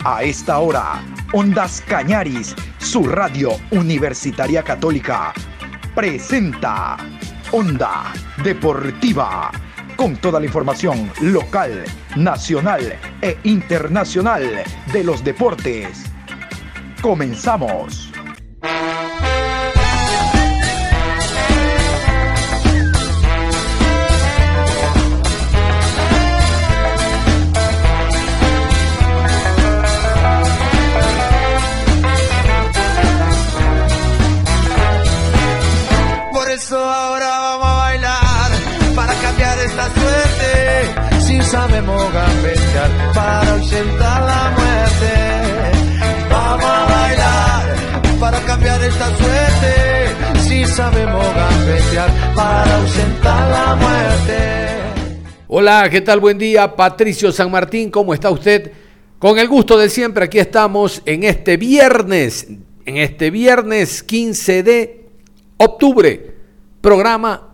A esta hora, Ondas Cañaris, su radio universitaria católica, presenta Onda Deportiva, con toda la información local, nacional e internacional de los deportes. Comenzamos. Ahora vamos a bailar para cambiar esta suerte. Si sabemos gambetear para ausentar la muerte. Vamos a bailar para cambiar esta suerte. Si sabemos gambetear para ausentar la muerte. Hola, ¿qué tal? Buen día, Patricio San Martín, ¿cómo está usted? Con el gusto de siempre, aquí estamos en este viernes 15 de octubre. Programa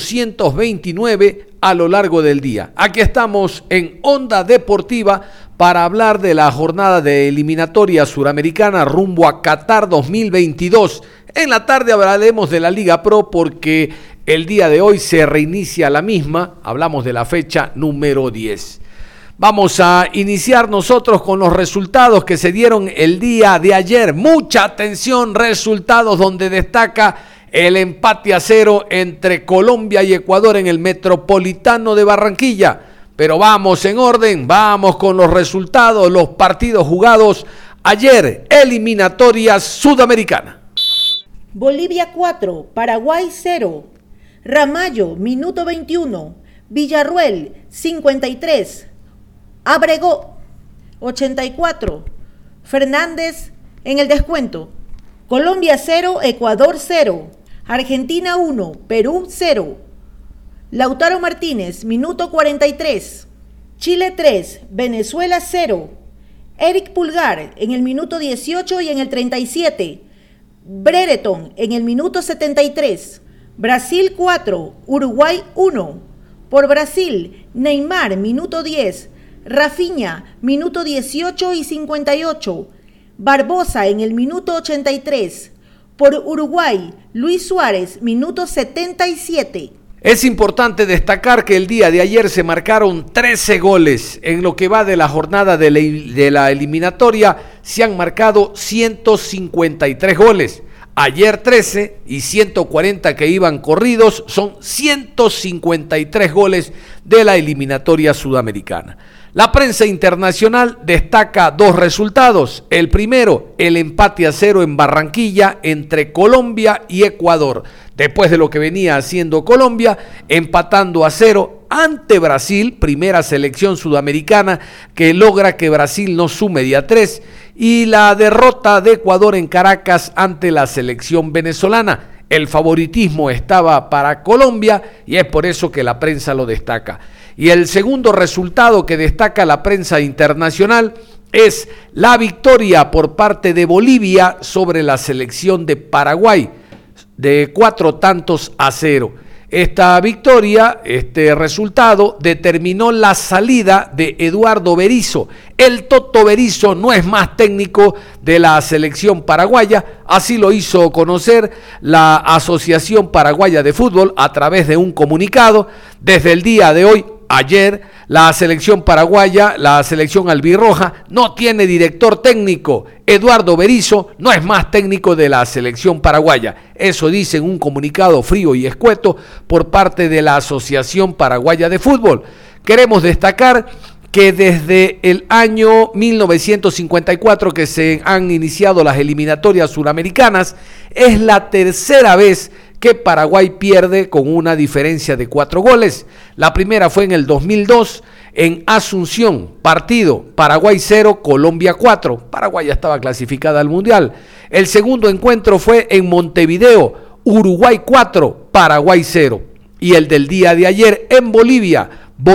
829 a lo largo del día. Aquí estamos en Onda Deportiva para hablar de la jornada de eliminatoria suramericana rumbo a Qatar 2022. En la tarde hablaremos de la Liga Pro porque el día de hoy se reinicia la misma. Hablamos de la fecha número 10. Vamos a iniciar nosotros con los resultados que se dieron el día de ayer. Mucha atención, resultados donde destaca el empate a 0 entre Colombia y Ecuador en el Metropolitano de Barranquilla. Pero vamos en orden, vamos con los resultados, los partidos jugados ayer, eliminatoria sudamericana. Bolivia 4, Paraguay 0. Ramallo, minuto 21. Villarruel, 53. Abregó, 84. Fernández en el descuento. Colombia 0, Ecuador 0. Argentina 1, Perú 0. Lautaro Martínez, minuto 43. Chile 3, Venezuela 0. Eric Pulgar en el minuto 18 y en el 37. Brereton en el minuto 73. Brasil 4, Uruguay 1. Por Brasil, Neymar, minuto 10. Rafinha, minuto 18 y 58. Barbosa en el minuto 83. Por Uruguay, Luis Suárez, minuto 77. Es importante destacar que el día de ayer se marcaron 13 goles. En lo que va de la jornada de la eliminatoria, se han marcado 153 goles. Ayer 13 y 140 que iban corridos, son 153 goles de la eliminatoria sudamericana. La prensa internacional destaca dos resultados. El primero, el empate a 0 en Barranquilla entre Colombia y Ecuador. Después de lo que venía haciendo Colombia, empatando a 0 ante Brasil, primera selección sudamericana que logra que Brasil no sume de a 3. Y la derrota de Ecuador en Caracas ante la selección venezolana. El favoritismo estaba para Colombia y es por eso que la prensa lo destaca. Y el segundo resultado que destaca la prensa internacional es la victoria por parte de Bolivia sobre la selección de Paraguay de 4-0. Esta victoria, este resultado, determinó la salida de Eduardo Berizzo. El Toto Berizzo no es más técnico de la selección paraguaya, así lo hizo conocer la Asociación Paraguaya de Fútbol a través de un comunicado. Desde el día de hoy, ayer, la selección paraguaya, la selección albirroja, no tiene director técnico. Eduardo Berizzo no es más técnico de la selección paraguaya. Eso dice en un comunicado frío y escueto por parte de la Asociación Paraguaya de Fútbol. Queremos destacar que desde el año 1954 que se han iniciado las eliminatorias suramericanas, es la tercera vez que Paraguay pierde con una diferencia de 4 goles. La primera fue en el 2002 en Asunción, partido Paraguay 0, Colombia 4. Paraguay ya estaba clasificada al Mundial. El segundo encuentro fue en Montevideo, Uruguay 4, Paraguay 0. Y el del día de ayer en Bolivia,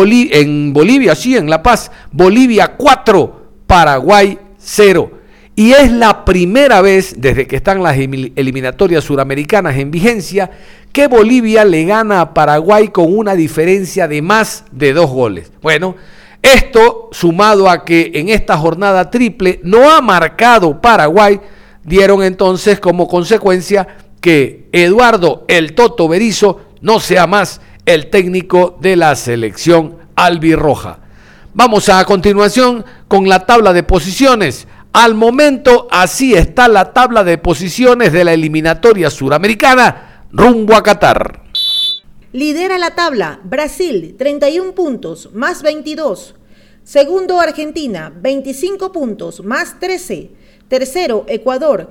en La Paz, Bolivia 4, Paraguay 0. Y es la primera vez desde que están las eliminatorias suramericanas en vigencia que Bolivia le gana a Paraguay con una diferencia de más de 2 goles. Bueno, Esto, sumado a que en esta jornada triple no ha marcado Paraguay, dieron entonces como consecuencia que Eduardo El Toto Berizzo no sea más el técnico de la selección albirroja. Vamos a continuación con la tabla de posiciones. Al momento, así está la tabla de posiciones de la eliminatoria suramericana rumbo a Qatar. Lidera la tabla Brasil, 31 puntos, más 22. Segundo, Argentina, 25 puntos, más 13. Tercero, Ecuador,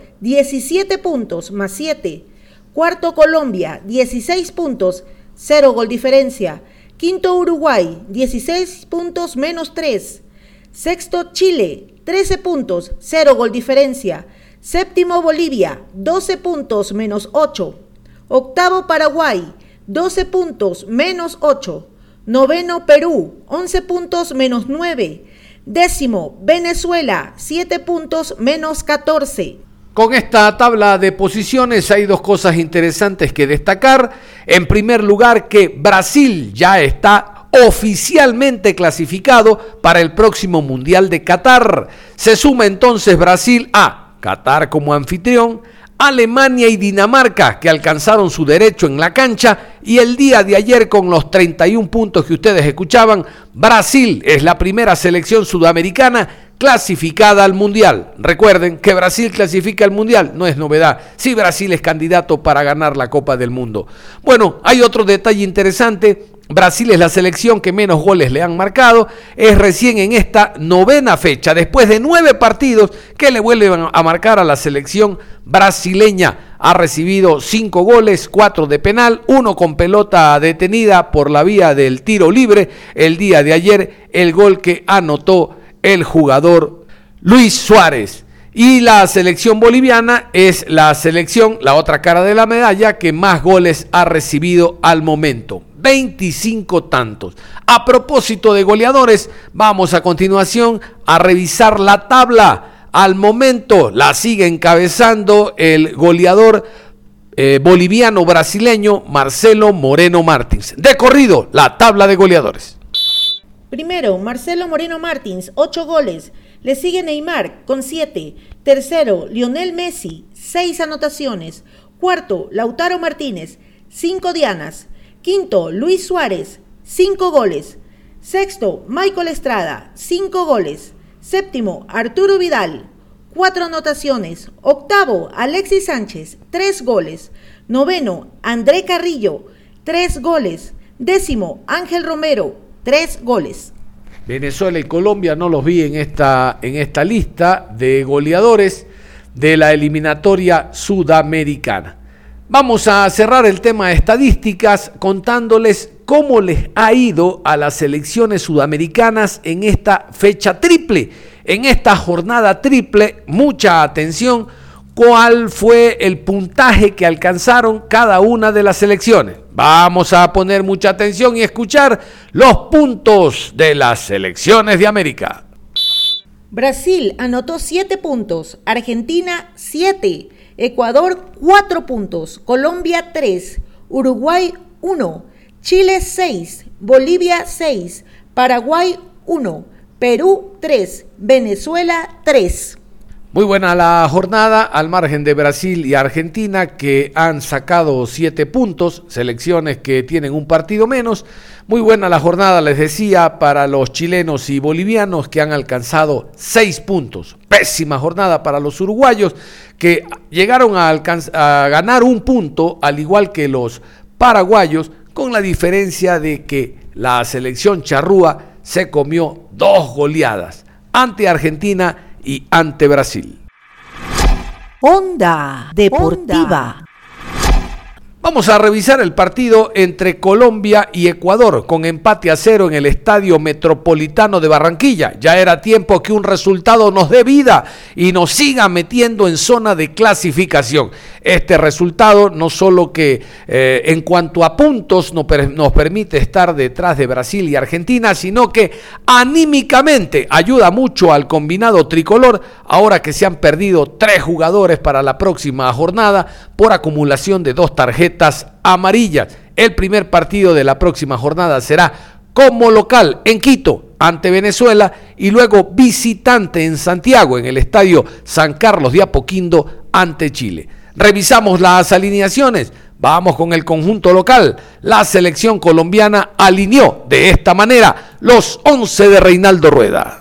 17 puntos, más 7. Cuarto, Colombia, 16 puntos, 0 gol diferencia. Quinto, Uruguay, 16 puntos, menos 3. Sexto, Chile, 13 puntos, 0 gol diferencia. Séptimo, Bolivia, 12 puntos, menos 8. Octavo, Paraguay, 12 puntos, menos 8. Noveno, Perú, 11 puntos, menos 9. Décimo, Venezuela, 7 puntos, menos 14. Con esta tabla de posiciones hay dos cosas interesantes que destacar. En primer lugar, que Brasil ya está oficialmente clasificado para el próximo Mundial de Qatar. Se suma entonces Brasil a Qatar como anfitrión, Alemania y Dinamarca, que alcanzaron su derecho en la cancha, y el día de ayer, con los 31 puntos que ustedes escuchaban, Brasil es la primera selección sudamericana clasificada al Mundial. Recuerden que Brasil clasifica al Mundial, no es novedad. Sí, Brasil es candidato para ganar la Copa del Mundo. Bueno, hay otro detalle interesante. Brasil es la selección que menos goles le han marcado, es recién en esta novena fecha, después de 9 partidos que le vuelven a marcar a la selección brasileña. Ha recibido 5 goles, 4 de penal, 1 con pelota detenida por la vía del tiro libre. El día de ayer, el gol que anotó el jugador Luis Suárez. Y la selección boliviana es la selección, la otra cara de la medalla, que más goles ha recibido al momento. 25 tantos. A propósito de goleadores, vamos a continuación a revisar la tabla. Al momento la sigue encabezando el goleador boliviano brasileño Marcelo Moreno Martins. De corrido, la tabla de goleadores. Primero, Marcelo Moreno Martins, 8 goles. Le sigue Neymar con 7. Tercero, Lionel Messi, 6 anotaciones. Cuarto, Lautaro Martínez, 5 dianas. Quinto, Luis Suárez, 5 goles. Sexto, Michael Estrada, 5 goles. Séptimo, Arturo Vidal, 4 anotaciones. Octavo, Alexis Sánchez, 3 goles. Noveno, André Carrillo, 3 goles. Décimo, Ángel Romero, 3 goles. Venezuela y Colombia no los vi en esta lista de goleadores de la eliminatoria sudamericana. Vamos a cerrar el tema de estadísticas contándoles cómo les ha ido a las selecciones sudamericanas en esta fecha triple, en esta jornada triple. Mucha atención, cuál fue el puntaje que alcanzaron cada una de las selecciones. Vamos a poner mucha atención y escuchar los puntos de las selecciones de América. Brasil anotó 7 puntos, Argentina 7, Ecuador 4 puntos, Colombia 3, Uruguay 1, Chile 6, Bolivia 6, Paraguay 1, Perú 3, Venezuela 3. Muy buena la jornada, al margen de Brasil y Argentina, que han sacado 7 puntos, selecciones que tienen un partido menos. Muy buena la jornada, les decía, para los chilenos y bolivianos, que han alcanzado 6 puntos. Pésima jornada para los uruguayos, que llegaron a ganar 1 punto, al igual que los paraguayos, con la diferencia de que la selección charrúa se comió 2 goleadas ante Argentina y ante Brasil. Onda Deportiva. Vamos a revisar el partido entre Colombia y Ecuador, con empate a 0 en el Estadio Metropolitano de Barranquilla. Ya era tiempo que un resultado nos dé vida y nos siga metiendo en zona de clasificación. Este resultado no solo que en cuanto a puntos nos permite estar detrás de Brasil y Argentina, sino que anímicamente ayuda mucho al combinado tricolor, ahora que se han perdido 3 jugadores para la próxima jornada por acumulación de 2 tarjetas amarillas. El primer partido de la próxima jornada será como local en Quito ante Venezuela y luego visitante en Santiago, en el estadio San Carlos de Apoquindo ante Chile. Revisamos las alineaciones. Vamos con el conjunto local. La selección colombiana alineó de esta manera los 11 de Reinaldo Rueda.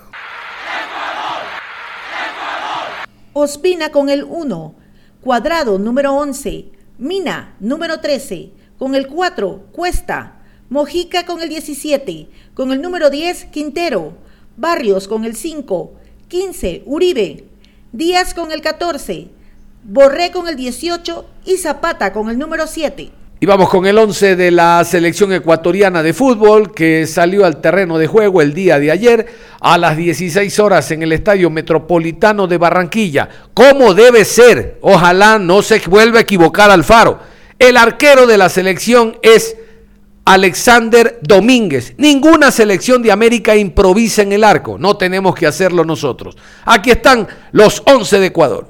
Ospina con el 1, Cuadrado número 11, Mina número 13, con el 4, Cuesta, Mojica con el 17, con el número 10, Quintero, Barrios con el 5, 15, Uribe, Díaz con el 14, Borré con el 18 y Zapata con el número 7. Y vamos con el 11 de la selección ecuatoriana de fútbol que salió al terreno de juego el día de ayer a las 16 horas en el Estadio Metropolitano de Barranquilla. ¿Cómo debe ser? Ojalá no se vuelva a equivocar Alfaro. El arquero de la selección es Alexander Domínguez. Ninguna selección de América improvisa en el arco. No tenemos que hacerlo nosotros. Aquí están los 11 de Ecuador.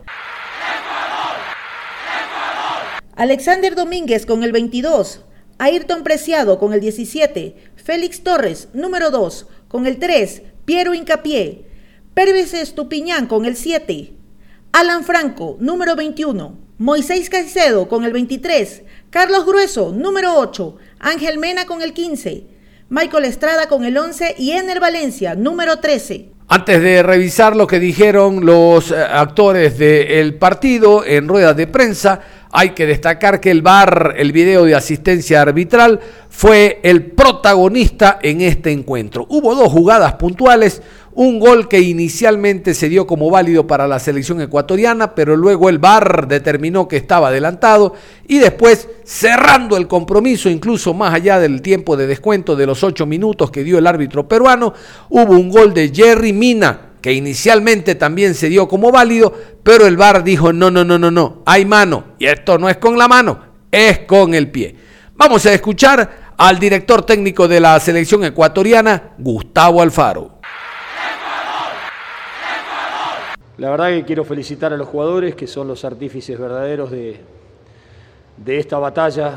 Alexander Domínguez con el 22, Ayrton Preciado con el 17, Félix Torres, número 2, con el 3, Piero Hincapié, Pérez Estupiñán con el 7, Alan Franco, número 21, Moisés Caicedo con el 23, Carlos Grueso, número 8, Ángel Mena con el 15, Michael Estrada con el 11 y Ener Valencia, número 13. Antes de revisar lo que dijeron los actores del partido en ruedas de prensa, hay que destacar que el VAR, el video de asistencia arbitral, fue el protagonista en este encuentro. Hubo dos jugadas puntuales, un gol que inicialmente se dio como válido para la selección ecuatoriana, pero luego el VAR determinó que estaba adelantado y después, cerrando el compromiso, incluso más allá del tiempo de descuento de los 8 minutos que dio el árbitro peruano, hubo un gol de Jerry Mina, que inicialmente también se dio como válido, pero el VAR dijo no, hay mano, y esto no es con la mano, es con el pie. Vamos a escuchar al director técnico de la selección ecuatoriana, Gustavo Alfaro. La verdad que quiero felicitar a los jugadores, que son los artífices verdaderos de esta batalla,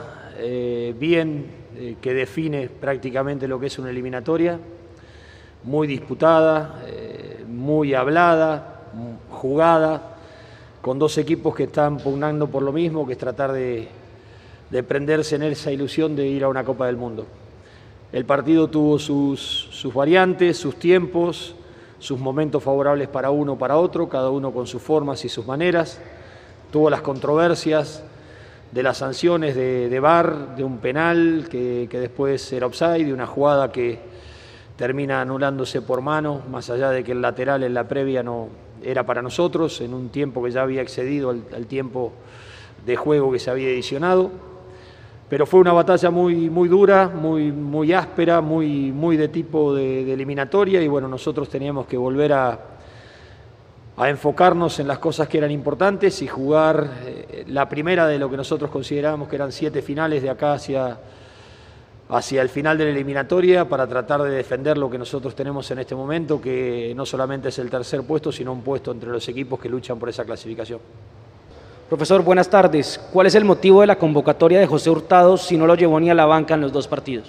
que define prácticamente lo que es una eliminatoria, muy disputada, muy hablada, jugada, con dos equipos que están pugnando por lo mismo, que es tratar de prenderse en esa ilusión de ir a una Copa del Mundo. El partido tuvo sus variantes, sus tiempos, sus momentos favorables para uno o para otro, cada uno con sus formas y sus maneras. Tuvo las controversias de las sanciones de VAR, de un penal que después era offside, de una jugada que termina anulándose por mano, más allá de que el lateral en la previa no era para nosotros, en un tiempo que ya había excedido al tiempo de juego que se había adicionado. Pero fue una batalla muy dura, muy áspera, muy de tipo de eliminatoria, y bueno, nosotros teníamos que volver a enfocarnos en las cosas que eran importantes y jugar la primera de lo que nosotros considerábamos que eran 7 finales de acá hacia el final de la eliminatoria, para tratar de defender lo que nosotros tenemos en este momento, que no solamente es el tercer puesto, sino un puesto entre los equipos que luchan por esa clasificación. Profesor, buenas tardes. ¿Cuál es el motivo de la convocatoria de José Hurtado si no lo llevó ni a la banca en los 2 partidos?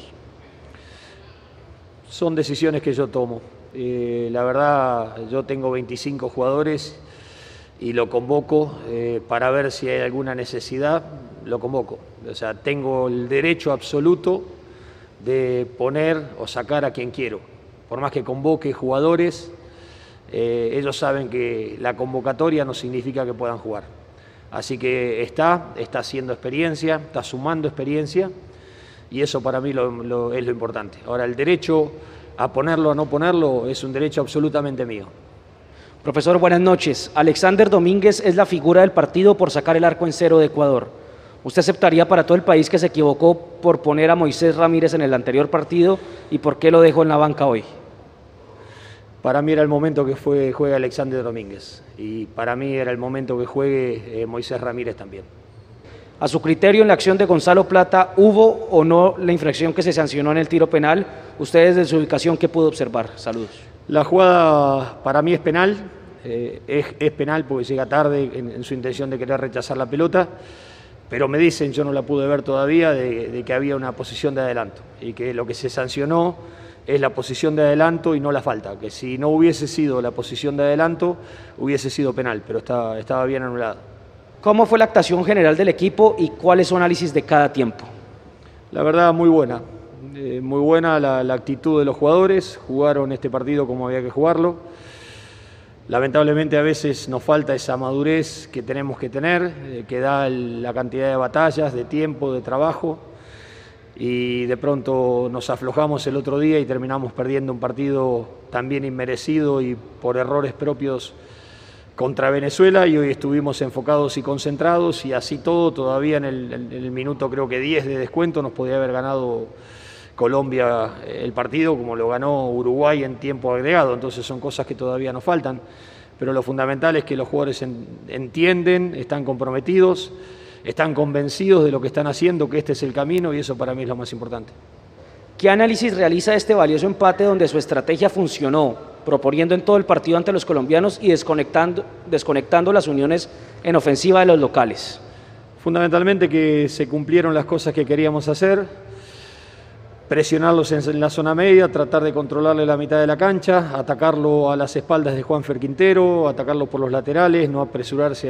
Son decisiones que yo tomo. La verdad, yo tengo 25 jugadores y lo convoco para ver si hay alguna necesidad, lo convoco. O sea, tengo el derecho absoluto de poner o sacar a quien quiero. Por más que convoque jugadores, ellos saben que la convocatoria no significa que puedan jugar. Así que está haciendo experiencia, está sumando experiencia, y eso para mí es lo importante. Ahora, el derecho a ponerlo o no ponerlo es un derecho absolutamente mío. Profesor, buenas noches. Alexander Domínguez es la figura del partido por sacar el arco en cero de Ecuador. ¿Usted aceptaría para todo el país que se equivocó por poner a Moisés Ramírez en el anterior partido, y por qué lo dejó en la banca hoy? Para mí era el momento que juegue Alexander Domínguez, y para mí era el momento que juegue Moisés Ramírez también. A su criterio, en la acción de Gonzalo Plata, ¿hubo o no la infracción que se sancionó en el tiro penal? ¿Usted desde su ubicación qué pudo observar? Saludos. La jugada para mí es penal, es penal porque llega tarde en su intención de querer rechazar la pelota, pero me dicen, yo no la pude ver todavía, de que había una posición de adelanto y que lo que se sancionó es la posición de adelanto y no la falta, que si no hubiese sido la posición de adelanto, hubiese sido penal, pero estaba bien anulado. ¿Cómo fue la actuación general del equipo y cuál es su análisis de cada tiempo? La verdad, muy buena la actitud de los jugadores, jugaron este partido como había que jugarlo. Lamentablemente a veces nos falta esa madurez que tenemos que tener, que da la cantidad de batallas, de tiempo, de trabajo, y de pronto nos aflojamos el otro día y terminamos perdiendo un partido también inmerecido y por errores propios contra Venezuela, y hoy estuvimos enfocados y concentrados, y así todo, todavía en el minuto creo que 10 de descuento nos podía haber ganado Colombia el partido, como lo ganó Uruguay en tiempo agregado. Entonces son cosas que todavía nos faltan, pero lo fundamental es que los jugadores entienden, están comprometidos, están convencidos de lo que están haciendo, que este es el camino, y eso para mí es lo más importante. ¿Qué análisis realiza de este valioso empate donde su estrategia funcionó, proponiendo en todo el partido ante los colombianos y desconectando las uniones en ofensiva de los locales? Fundamentalmente que se cumplieron las cosas que queríamos hacer, presionarlos en la zona media, tratar de controlarle la mitad de la cancha, atacarlo a las espaldas de Juanfer Quintero, atacarlo por los laterales, no apresurarse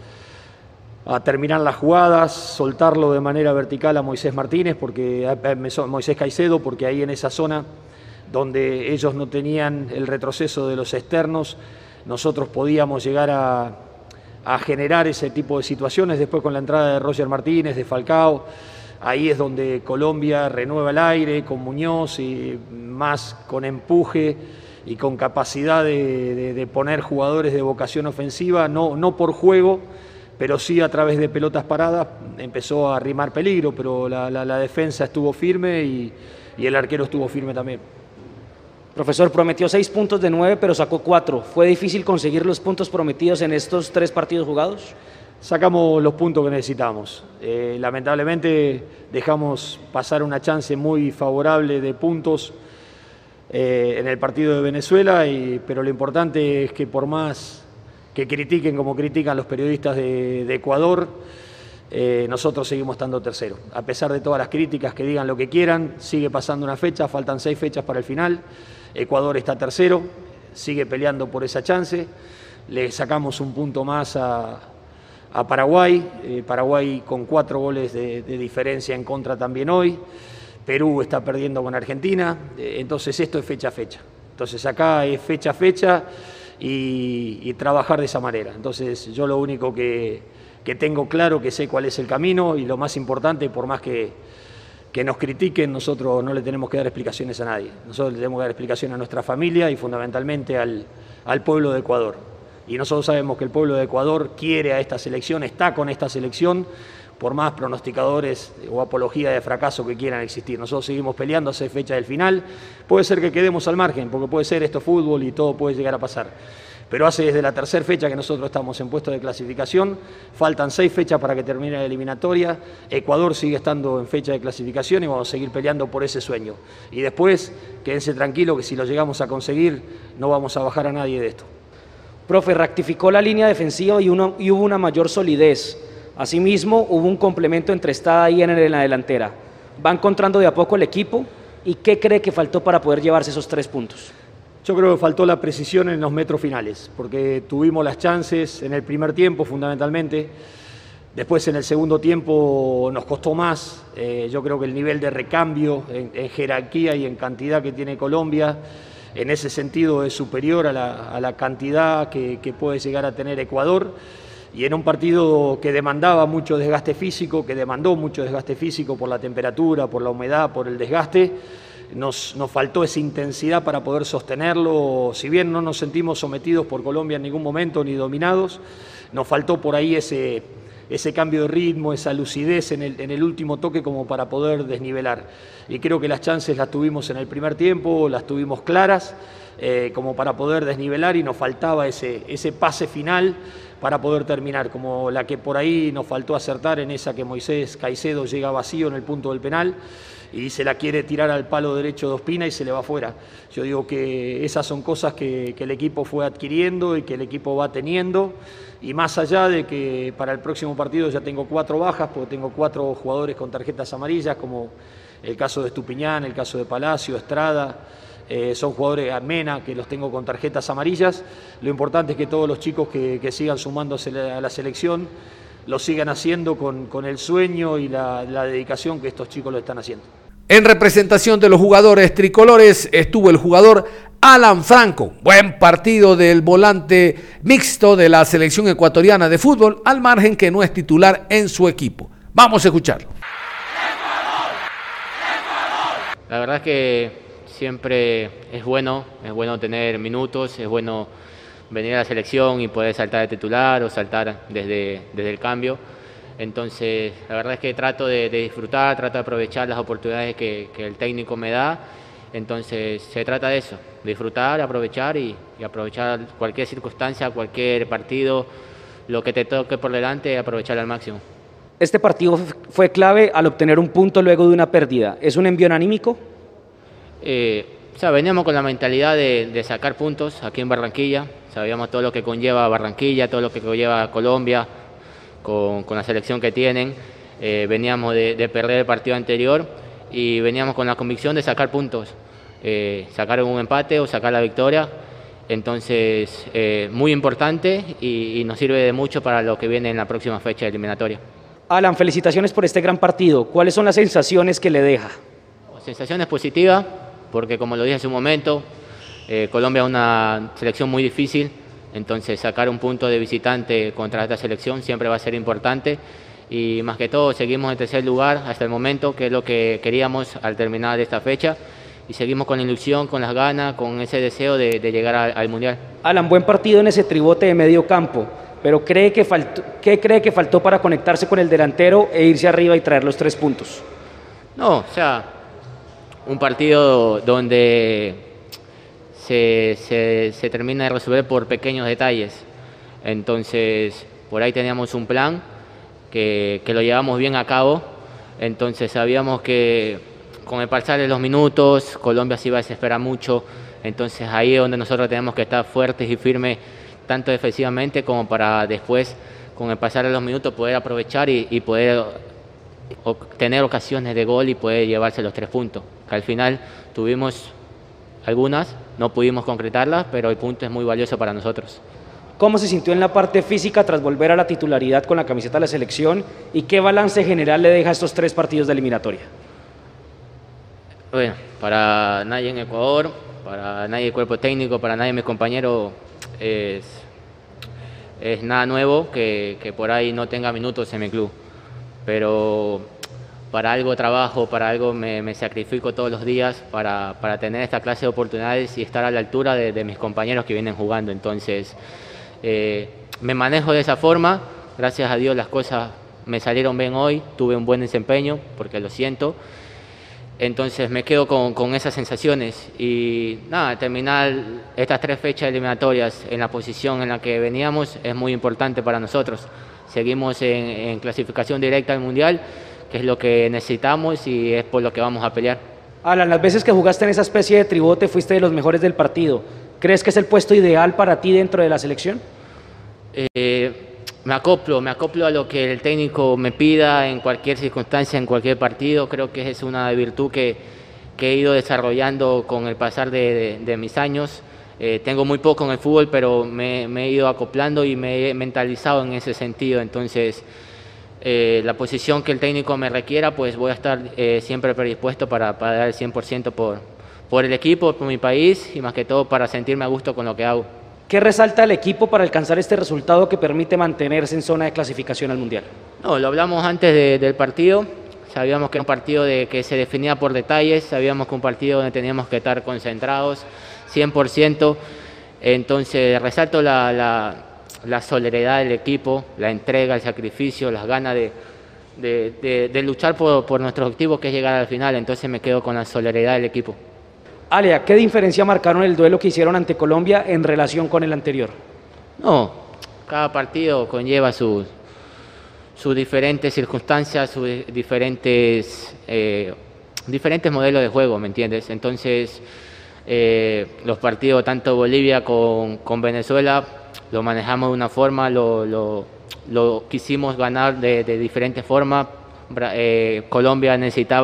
a terminar las jugadas, soltarlo de manera vertical a Moisés Martínez, Moisés Caicedo, porque ahí en esa zona donde ellos no tenían el retroceso de los externos, nosotros podíamos llegar a generar ese tipo de situaciones. Después con la entrada de Roger Martínez, de Falcao, ahí es donde Colombia renueva el aire con Muñoz, y más con empuje y con capacidad de poner jugadores de vocación ofensiva, no por juego, pero sí a través de pelotas paradas. Empezó a arrimar peligro, pero la defensa estuvo firme y el arquero estuvo firme también. Profesor, prometió 6 puntos de 9, pero sacó 4. ¿Fue difícil conseguir los puntos prometidos en estos 3 partidos jugados? Sacamos los puntos que necesitamos. Lamentablemente dejamos pasar una chance muy favorable de puntos en el partido de Venezuela, pero lo importante es que por más que critiquen como critican los periodistas de Ecuador, nosotros seguimos estando tercero. A pesar de todas las críticas, que digan lo que quieran, sigue pasando una fecha, faltan 6 fechas para el final. Ecuador está tercero, sigue peleando por esa chance. Le sacamos un punto más a Paraguay, Paraguay con 4 goles de diferencia en contra también hoy. Perú está perdiendo con Argentina, entonces esto es fecha a fecha. Entonces acá es fecha a fecha y trabajar de esa manera. Entonces yo lo único que tengo claro, que sé cuál es el camino, y lo más importante, por más que nos critiquen, nosotros no le tenemos que dar explicaciones a nadie. Nosotros le tenemos que dar explicación a nuestra familia y fundamentalmente al pueblo de Ecuador. Y nosotros sabemos que el pueblo de Ecuador quiere a esta selección, está con esta selección, por más pronosticadores o apología de fracaso que quieran existir. Nosotros seguimos peleando a 6 fechas del final. Puede ser que quedemos al margen, porque puede ser esto fútbol y todo puede llegar a pasar. Pero hace desde la 3ª fecha que nosotros estamos en puesto de clasificación, faltan 6 fechas para que termine la eliminatoria, Ecuador sigue estando en fecha de clasificación y vamos a seguir peleando por ese sueño. Y después, quédense tranquilos que si lo llegamos a conseguir, no vamos a bajar a nadie de esto. Profe, rectificó la línea defensiva y hubo una mayor solidez. Asimismo, hubo un complemento entre Estrada y Ener en la delantera. ¿Va encontrando de a poco el equipo? ¿Y qué cree que faltó para poder llevarse esos 3 puntos? Yo creo que faltó la precisión en los metros finales, porque tuvimos las chances en el primer tiempo fundamentalmente. Después en el segundo tiempo nos costó más. Yo creo que el nivel de recambio en jerarquía y en cantidad que tiene Colombia, en ese sentido es superior a la cantidad que puede llegar a tener Ecuador. Y en un partido que demandaba mucho desgaste físico, que demandó mucho desgaste físico por la temperatura, por la humedad, por el desgaste, nos faltó esa intensidad para poder sostenerlo. Si bien no nos sentimos sometidos por Colombia en ningún momento ni dominados, nos faltó por ahí ese cambio de ritmo, esa lucidez en el último toque como para poder desnivelar. Y creo que las chances las tuvimos en el primer tiempo, las tuvimos claras como para poder desnivelar, y nos faltaba ese pase final para poder terminar, como la que por ahí nos faltó acertar en esa que Moisés Caicedo llega vacío en el punto del penal y se la quiere tirar al palo derecho de Ospina y se le va afuera. Yo digo que esas son cosas que el equipo fue adquiriendo y que el equipo va teniendo, y más allá de que para el próximo partido ya tengo 4 bajas, porque tengo 4 jugadores con tarjetas amarillas, como el caso de Estupiñán, el caso de Palacio, Estrada, son jugadores, Mena, que los tengo con tarjetas amarillas. Lo importante es que todos los chicos que sigan sumándose a la selección lo sigan haciendo con el sueño y la dedicación que estos chicos lo están haciendo. En representación de los jugadores tricolores estuvo el jugador Alan Franco. Buen partido del volante mixto de la selección ecuatoriana de fútbol, al margen que no es titular en su equipo. Vamos a escucharlo. La verdad es que siempre es bueno tener minutos, es bueno venir a la selección y poder saltar de titular o saltar desde el cambio. Entonces, la verdad es que trato de disfrutar, trato de aprovechar las oportunidades que el técnico me da. Entonces, se trata de eso, disfrutar, aprovechar y aprovechar cualquier circunstancia, cualquier partido, lo que te toque por delante, aprovechar al máximo. Este partido fue clave al obtener un punto luego de una pérdida. ¿Es un envío anímico? Veníamos con la mentalidad de sacar puntos aquí en Barranquilla. Sabíamos todo lo que conlleva Barranquilla, todo lo que conlleva Colombia, con la selección que tienen. Veníamos de perder el partido anterior y veníamos con la convicción de sacar puntos, sacar un empate o sacar la victoria. Entonces, muy importante y nos sirve de mucho para lo que viene en la próxima fecha eliminatoria. Alan, felicitaciones por este gran partido. ¿Cuáles son las sensaciones que le deja? Sensaciones positivas, porque como lo dije hace un momento, Colombia es una selección muy difícil, entonces sacar un punto de visitante contra esta selección siempre va a ser importante y más que todo seguimos en tercer lugar hasta el momento, que es lo que queríamos al terminar esta fecha, y seguimos con la ilusión, con las ganas, con ese deseo de llegar al Mundial. Alan, buen partido en ese tribote de medio campo, pero ¿qué cree que faltó para conectarse con el delantero e irse arriba y traer los 3 puntos? No, un partido donde se termina de resolver por pequeños detalles. Entonces, por ahí teníamos un plan que lo llevamos bien a cabo. Entonces, sabíamos que con el pasar de los minutos, Colombia se iba a desesperar mucho. Entonces, ahí es donde nosotros tenemos que estar fuertes y firmes, tanto defensivamente como para después, con el pasar de los minutos, poder aprovechar y poder tener ocasiones de gol y poder llevarse los 3 puntos. Que al final tuvimos algunas, no pudimos concretarlas, pero el punto es muy valioso para nosotros. ¿Cómo se sintió en la parte física tras volver a la titularidad con la camiseta de la selección y qué balance general le deja estos 3 partidos de eliminatoria? Bueno, para nadie en Ecuador, para nadie el cuerpo técnico, para nadie mis compañeros es nada nuevo que por ahí no tenga minutos en mi club, pero para algo trabajo, para algo me sacrifico todos los días para tener esta clase de oportunidades y estar a la altura de mis compañeros que vienen jugando. Entonces, me manejo de esa forma. Gracias a Dios las cosas me salieron bien hoy, tuve un buen desempeño porque lo siento. Entonces me quedo con esas sensaciones y nada, terminar estas 3 fechas eliminatorias en la posición en la que veníamos es muy importante para nosotros. Seguimos en clasificación directa al Mundial, que es lo que necesitamos y es por lo que vamos a pelear. Alan, las veces que jugaste en esa especie de tribote fuiste de los mejores del partido. ¿Crees que es el puesto ideal para ti dentro de la selección? Me acoplo a lo que el técnico me pida en cualquier circunstancia, en cualquier partido. Creo que es una virtud que he ido desarrollando con el pasar de mis años. Tengo muy poco en el fútbol, pero me he ido acoplando y me he mentalizado en ese sentido. Entonces, la posición que el técnico me requiera, pues voy a estar siempre predispuesto para dar el 100% por el equipo, por mi país y más que todo para sentirme a gusto con lo que hago. ¿Qué resalta el equipo para alcanzar este resultado que permite mantenerse en zona de clasificación al Mundial? No, lo hablamos antes del partido. Sabíamos que era un partido que se definía por detalles, sabíamos que un partido donde teníamos que estar concentrados 100%. Entonces resalto la solidaridad del equipo, la entrega, el sacrificio, las ganas de luchar por nuestro objetivo, que es llegar al final. Entonces me quedo con la solidaridad del equipo. Alia, ¿qué diferencia marcaron el duelo que hicieron ante Colombia en relación con el anterior? No, cada partido conlleva sus diferentes circunstancias, sus diferentes modelos de juego, ¿me entiendes? Entonces, los partidos, tanto Bolivia con Venezuela, lo manejamos de una forma, lo quisimos ganar de diferente forma. Colombia necesitaba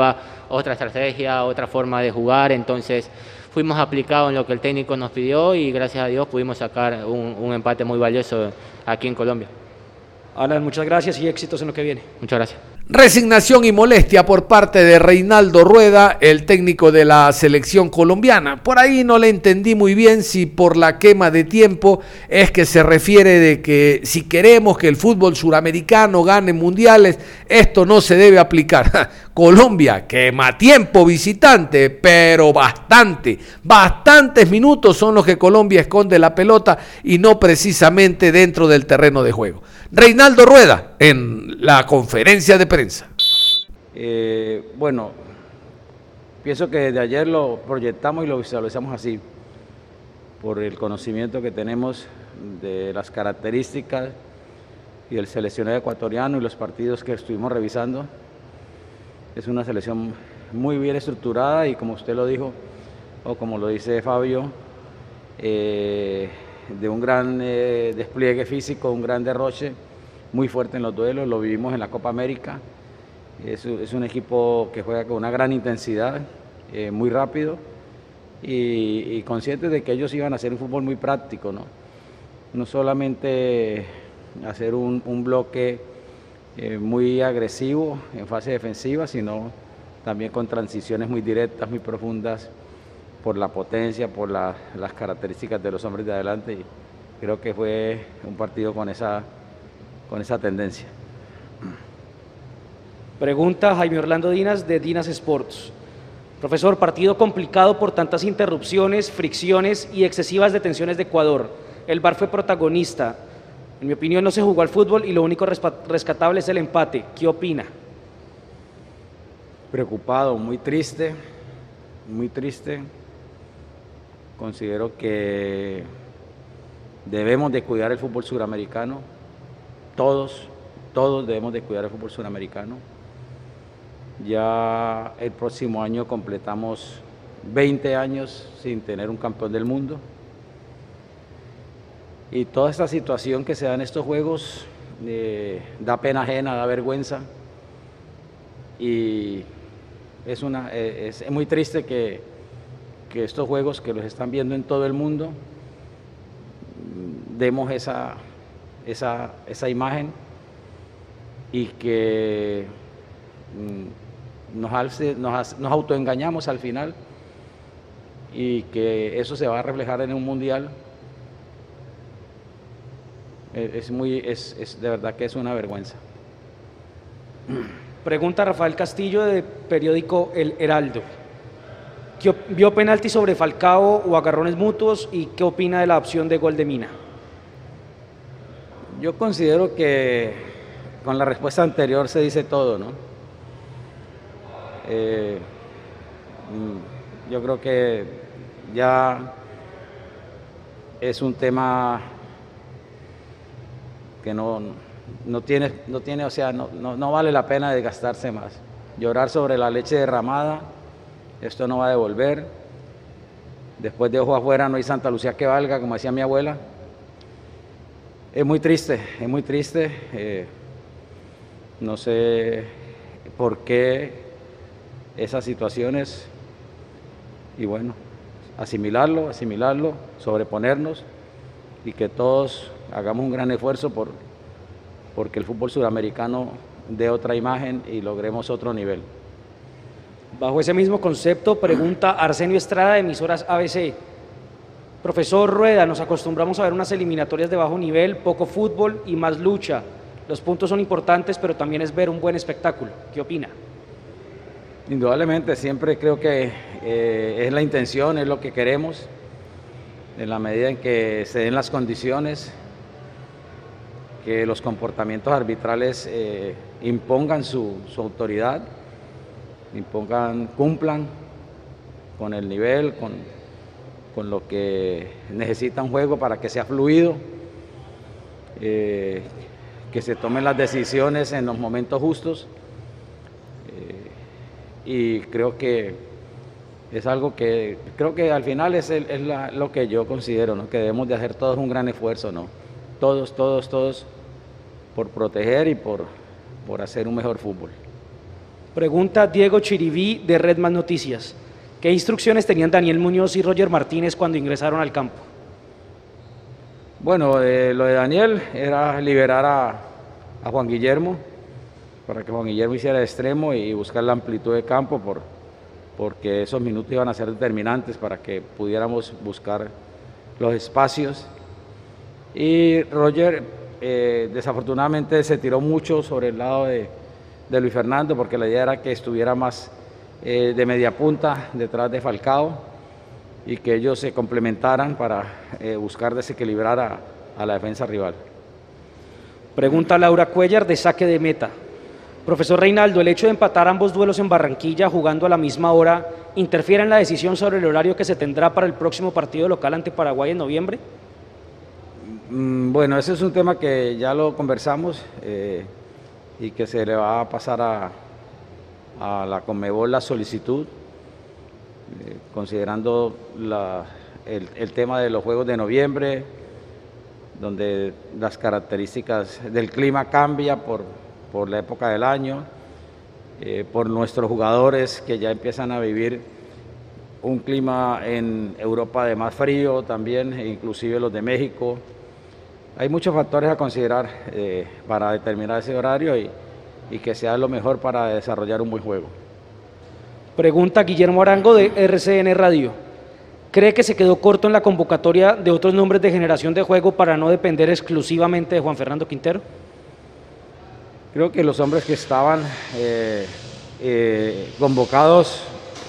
otra estrategia, otra forma de jugar, entonces fuimos aplicados en lo que el técnico nos pidió y gracias a Dios pudimos sacar un empate muy valioso aquí en Colombia. Alan, muchas gracias y éxitos en lo que viene. Muchas gracias. Resignación y molestia por parte de Reinaldo Rueda, el técnico de la selección colombiana. Por ahí no le entendí muy bien si por la quema de tiempo es que se refiere de que si queremos que el fútbol suramericano gane mundiales, esto no se debe aplicar. Colombia quema tiempo visitante, pero bastantes minutos son los que Colombia esconde la pelota y no precisamente dentro del terreno de juego. Reinaldo Rueda en la conferencia de prensa. Bueno, pienso que desde ayer lo proyectamos y lo visualizamos así, por el conocimiento que tenemos de las características y del seleccionado ecuatoriano y los partidos que estuvimos revisando. Es una selección muy bien estructurada y como usted lo dijo, o como lo dice Fabio, de un gran despliegue físico, un gran derroche, muy fuerte en los duelos, lo vivimos en la Copa América. Es un equipo que juega con una gran intensidad, muy rápido y conscientes de que ellos iban a hacer un fútbol muy práctico, no solamente hacer un bloque muy agresivo en fase defensiva, sino también con transiciones muy directas, muy profundas, por la potencia, por las características de los hombres de adelante, y creo que fue un partido con esa tendencia. Pregunta Jaime Orlando Dinas de Dinas Sports. Profesor, partido complicado por tantas interrupciones, fricciones y excesivas detenciones de Ecuador. El VAR fue protagonista. En mi opinión no se jugó al fútbol y lo único rescatable es el empate. ¿Qué opina? Preocupado, muy triste. Considero que debemos de cuidar el fútbol suramericano. Todos debemos de cuidar el fútbol suramericano. Ya el próximo año completamos 20 años sin tener un campeón del mundo. Y toda esta situación que se da en estos juegos da pena ajena, da vergüenza. Y es muy triste que estos juegos que los están viendo en todo el mundo demos esa imagen y que nos autoengañamos al final y que eso se va a reflejar en un mundial. De verdad que es una vergüenza. Pregunta Rafael Castillo de periódico El Heraldo. ¿Vio penalti sobre Falcao o agarrones mutuos y qué opina de la opción de gol de Mina? Yo considero que con la respuesta anterior se dice todo, ¿no? Yo creo que ya es un tema que no tiene, o sea, no vale la pena desgastarse más. Llorar sobre la leche derramada, esto no va a devolver. Después de ojo afuera no hay Santa Lucía que valga, como decía mi abuela. Es muy triste. No sé por qué esas situaciones, y bueno, asimilarlo, sobreponernos y que todos hagamos un gran esfuerzo porque el fútbol sudamericano dé otra imagen y logremos otro nivel. Bajo ese mismo concepto, pregunta Arsenio Estrada de emisoras ABC. Profesor Rueda, nos acostumbramos a ver unas eliminatorias de bajo nivel, poco fútbol y más lucha. Los puntos son importantes, pero también es ver un buen espectáculo. ¿Qué opina? Indudablemente, siempre creo que es la intención, es lo que queremos, en la medida en que se den las condiciones, que los comportamientos arbitrales impongan su autoridad, cumplan con el nivel, con lo que necesita un juego para que sea fluido, que se tomen las decisiones en los momentos justos, y creo que es algo que creo que al final es lo que yo considero, ¿no? Que debemos de hacer todos un gran esfuerzo, ¿no? Todos por proteger y por hacer un mejor fútbol. Pregunta Diego Chiriví de Red Más Noticias. ¿Qué instrucciones tenían Daniel Muñoz y Roger Martínez cuando ingresaron al campo? Bueno, lo de Daniel era liberar a Juan Guillermo, para que Juan Guillermo hiciera de extremo y buscar la amplitud de campo, porque esos minutos iban a ser determinantes para que pudiéramos buscar los espacios. Y Roger desafortunadamente se tiró mucho sobre el lado de Luis Fernando, porque la idea era que estuviera más de media punta detrás de Falcao y que ellos se complementaran para buscar desequilibrar a la defensa rival. Pregunta Laura Cuellar de Saque de Meta. Profesor Reinaldo, ¿el hecho de empatar ambos duelos en Barranquilla jugando a la misma hora interfiere en la decisión sobre el horario que se tendrá para el próximo partido local ante Paraguay en noviembre? Bueno, ese es un tema que ya lo conversamos y que se le va a pasar a la Conmebol la solicitud, considerando el tema de los Juegos de noviembre, donde las características del clima cambian por la época del año, por nuestros jugadores que ya empiezan a vivir un clima en Europa de más frío también, inclusive los de México. Hay muchos factores a considerar para determinar ese horario y que sea lo mejor para desarrollar un buen juego. Pregunta Guillermo Arango de RCN Radio. ¿Cree que se quedó corto en la convocatoria de otros nombres de generación de juego para no depender exclusivamente de Juan Fernando Quintero? Creo que los hombres que estaban convocados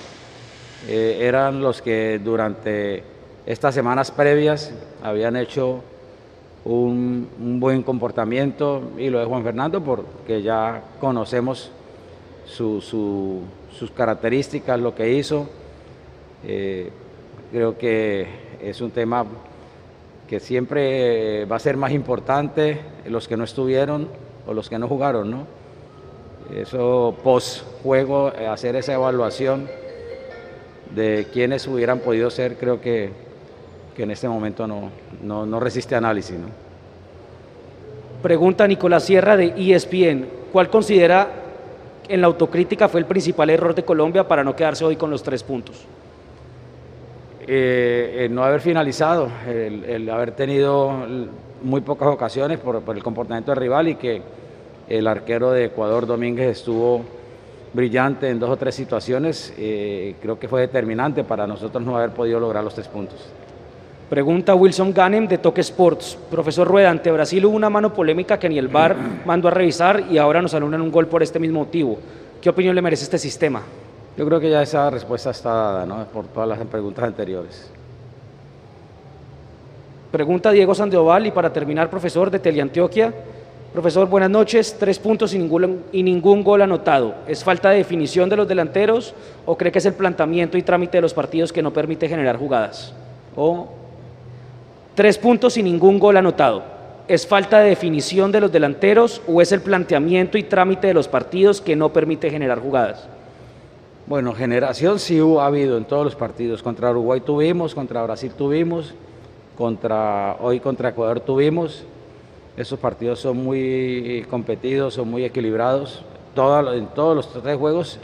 eran los que durante estas semanas previas habían hecho un buen comportamiento, y lo de Juan Fernando porque ya conocemos sus características, lo que hizo. Creo que es un tema que siempre va a ser más importante los que no estuvieron o los que no jugaron, ¿no? Eso post juego, hacer esa evaluación de quiénes hubieran podido ser, creo que en este momento no resiste análisis, ¿no? Pregunta Nicolás Sierra de ESPN. ¿Cuál considera en la autocrítica fue el principal error de Colombia para no quedarse hoy con los 3 puntos? El no haber finalizado, el haber tenido muy pocas ocasiones por el comportamiento del rival, y que el arquero de Ecuador, Domínguez, estuvo brillante en 2 o 3 situaciones. Creo que fue determinante para nosotros no haber podido lograr los 3 puntos. Pregunta Wilson Ganem de Toque Sports. Profesor Rueda, ante Brasil hubo una mano polémica que ni el VAR mandó a revisar y ahora nos anulan un gol por este mismo motivo. ¿Qué opinión le merece este sistema? Yo creo que ya esa respuesta está dada, ¿no?, por todas las preguntas anteriores. Pregunta Diego Sandoval, y para terminar, profesor, de Teleantioquia. Profesor, buenas noches. 3 puntos y ningún gol anotado. ¿Es falta de definición de los delanteros o cree que es el planteamiento y trámite de los partidos que no permite generar jugadas? 3 puntos y ningún gol anotado. ¿Es falta de definición de los delanteros o es el planteamiento y trámite de los partidos que no permite generar jugadas? Bueno, generación sí ha habido en todos los partidos. Contra Uruguay tuvimos, contra Brasil tuvimos, hoy contra Ecuador tuvimos. Esos partidos son muy competidos, son muy equilibrados. En todos los 3 juegos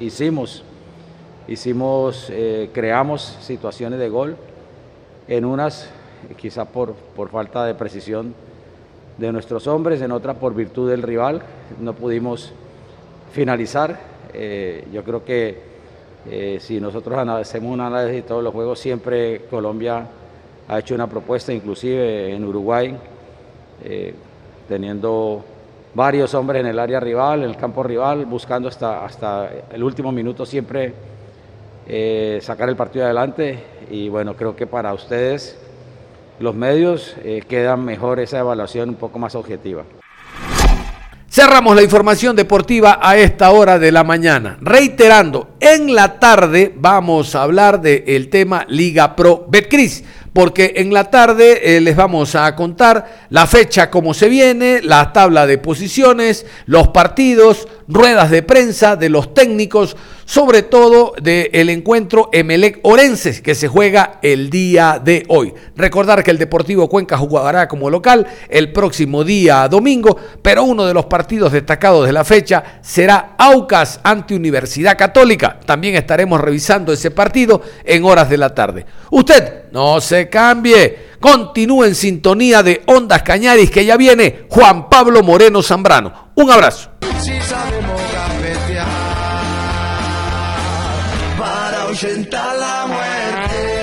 creamos situaciones de gol. En unas quizá por falta de precisión de nuestros hombres, en otras por virtud del rival, no pudimos finalizar. Yo creo que si nosotros hacemos un análisis de todos los juegos, siempre Colombia ha hecho una propuesta, inclusive en Uruguay, teniendo varios hombres en el área rival, en el campo rival, buscando hasta el último minuto siempre sacar el partido adelante. Y bueno, creo que para ustedes, los medios, queda mejor esa evaluación un poco más objetiva. Cerramos la información deportiva a esta hora de la mañana. Reiterando, en la tarde vamos a hablar del tema Liga Pro Betcris, porque en la tarde les vamos a contar la fecha, cómo se viene, la tabla de posiciones, los partidos, ruedas de prensa de los técnicos, sobre todo del encuentro Emelec-Orense, que se juega el día de hoy. Recordar que el Deportivo Cuenca jugará como local el próximo día domingo, pero uno de los partidos destacados de la fecha será Aucas ante Universidad Católica. También estaremos revisando ese partido en horas de la tarde. Usted no se cambie, continúe en sintonía de Ondas Cañaris, que ya viene Juan Pablo Moreno Zambrano. Un abrazo. Si sabemos gambetear para ahuyentar la muerte.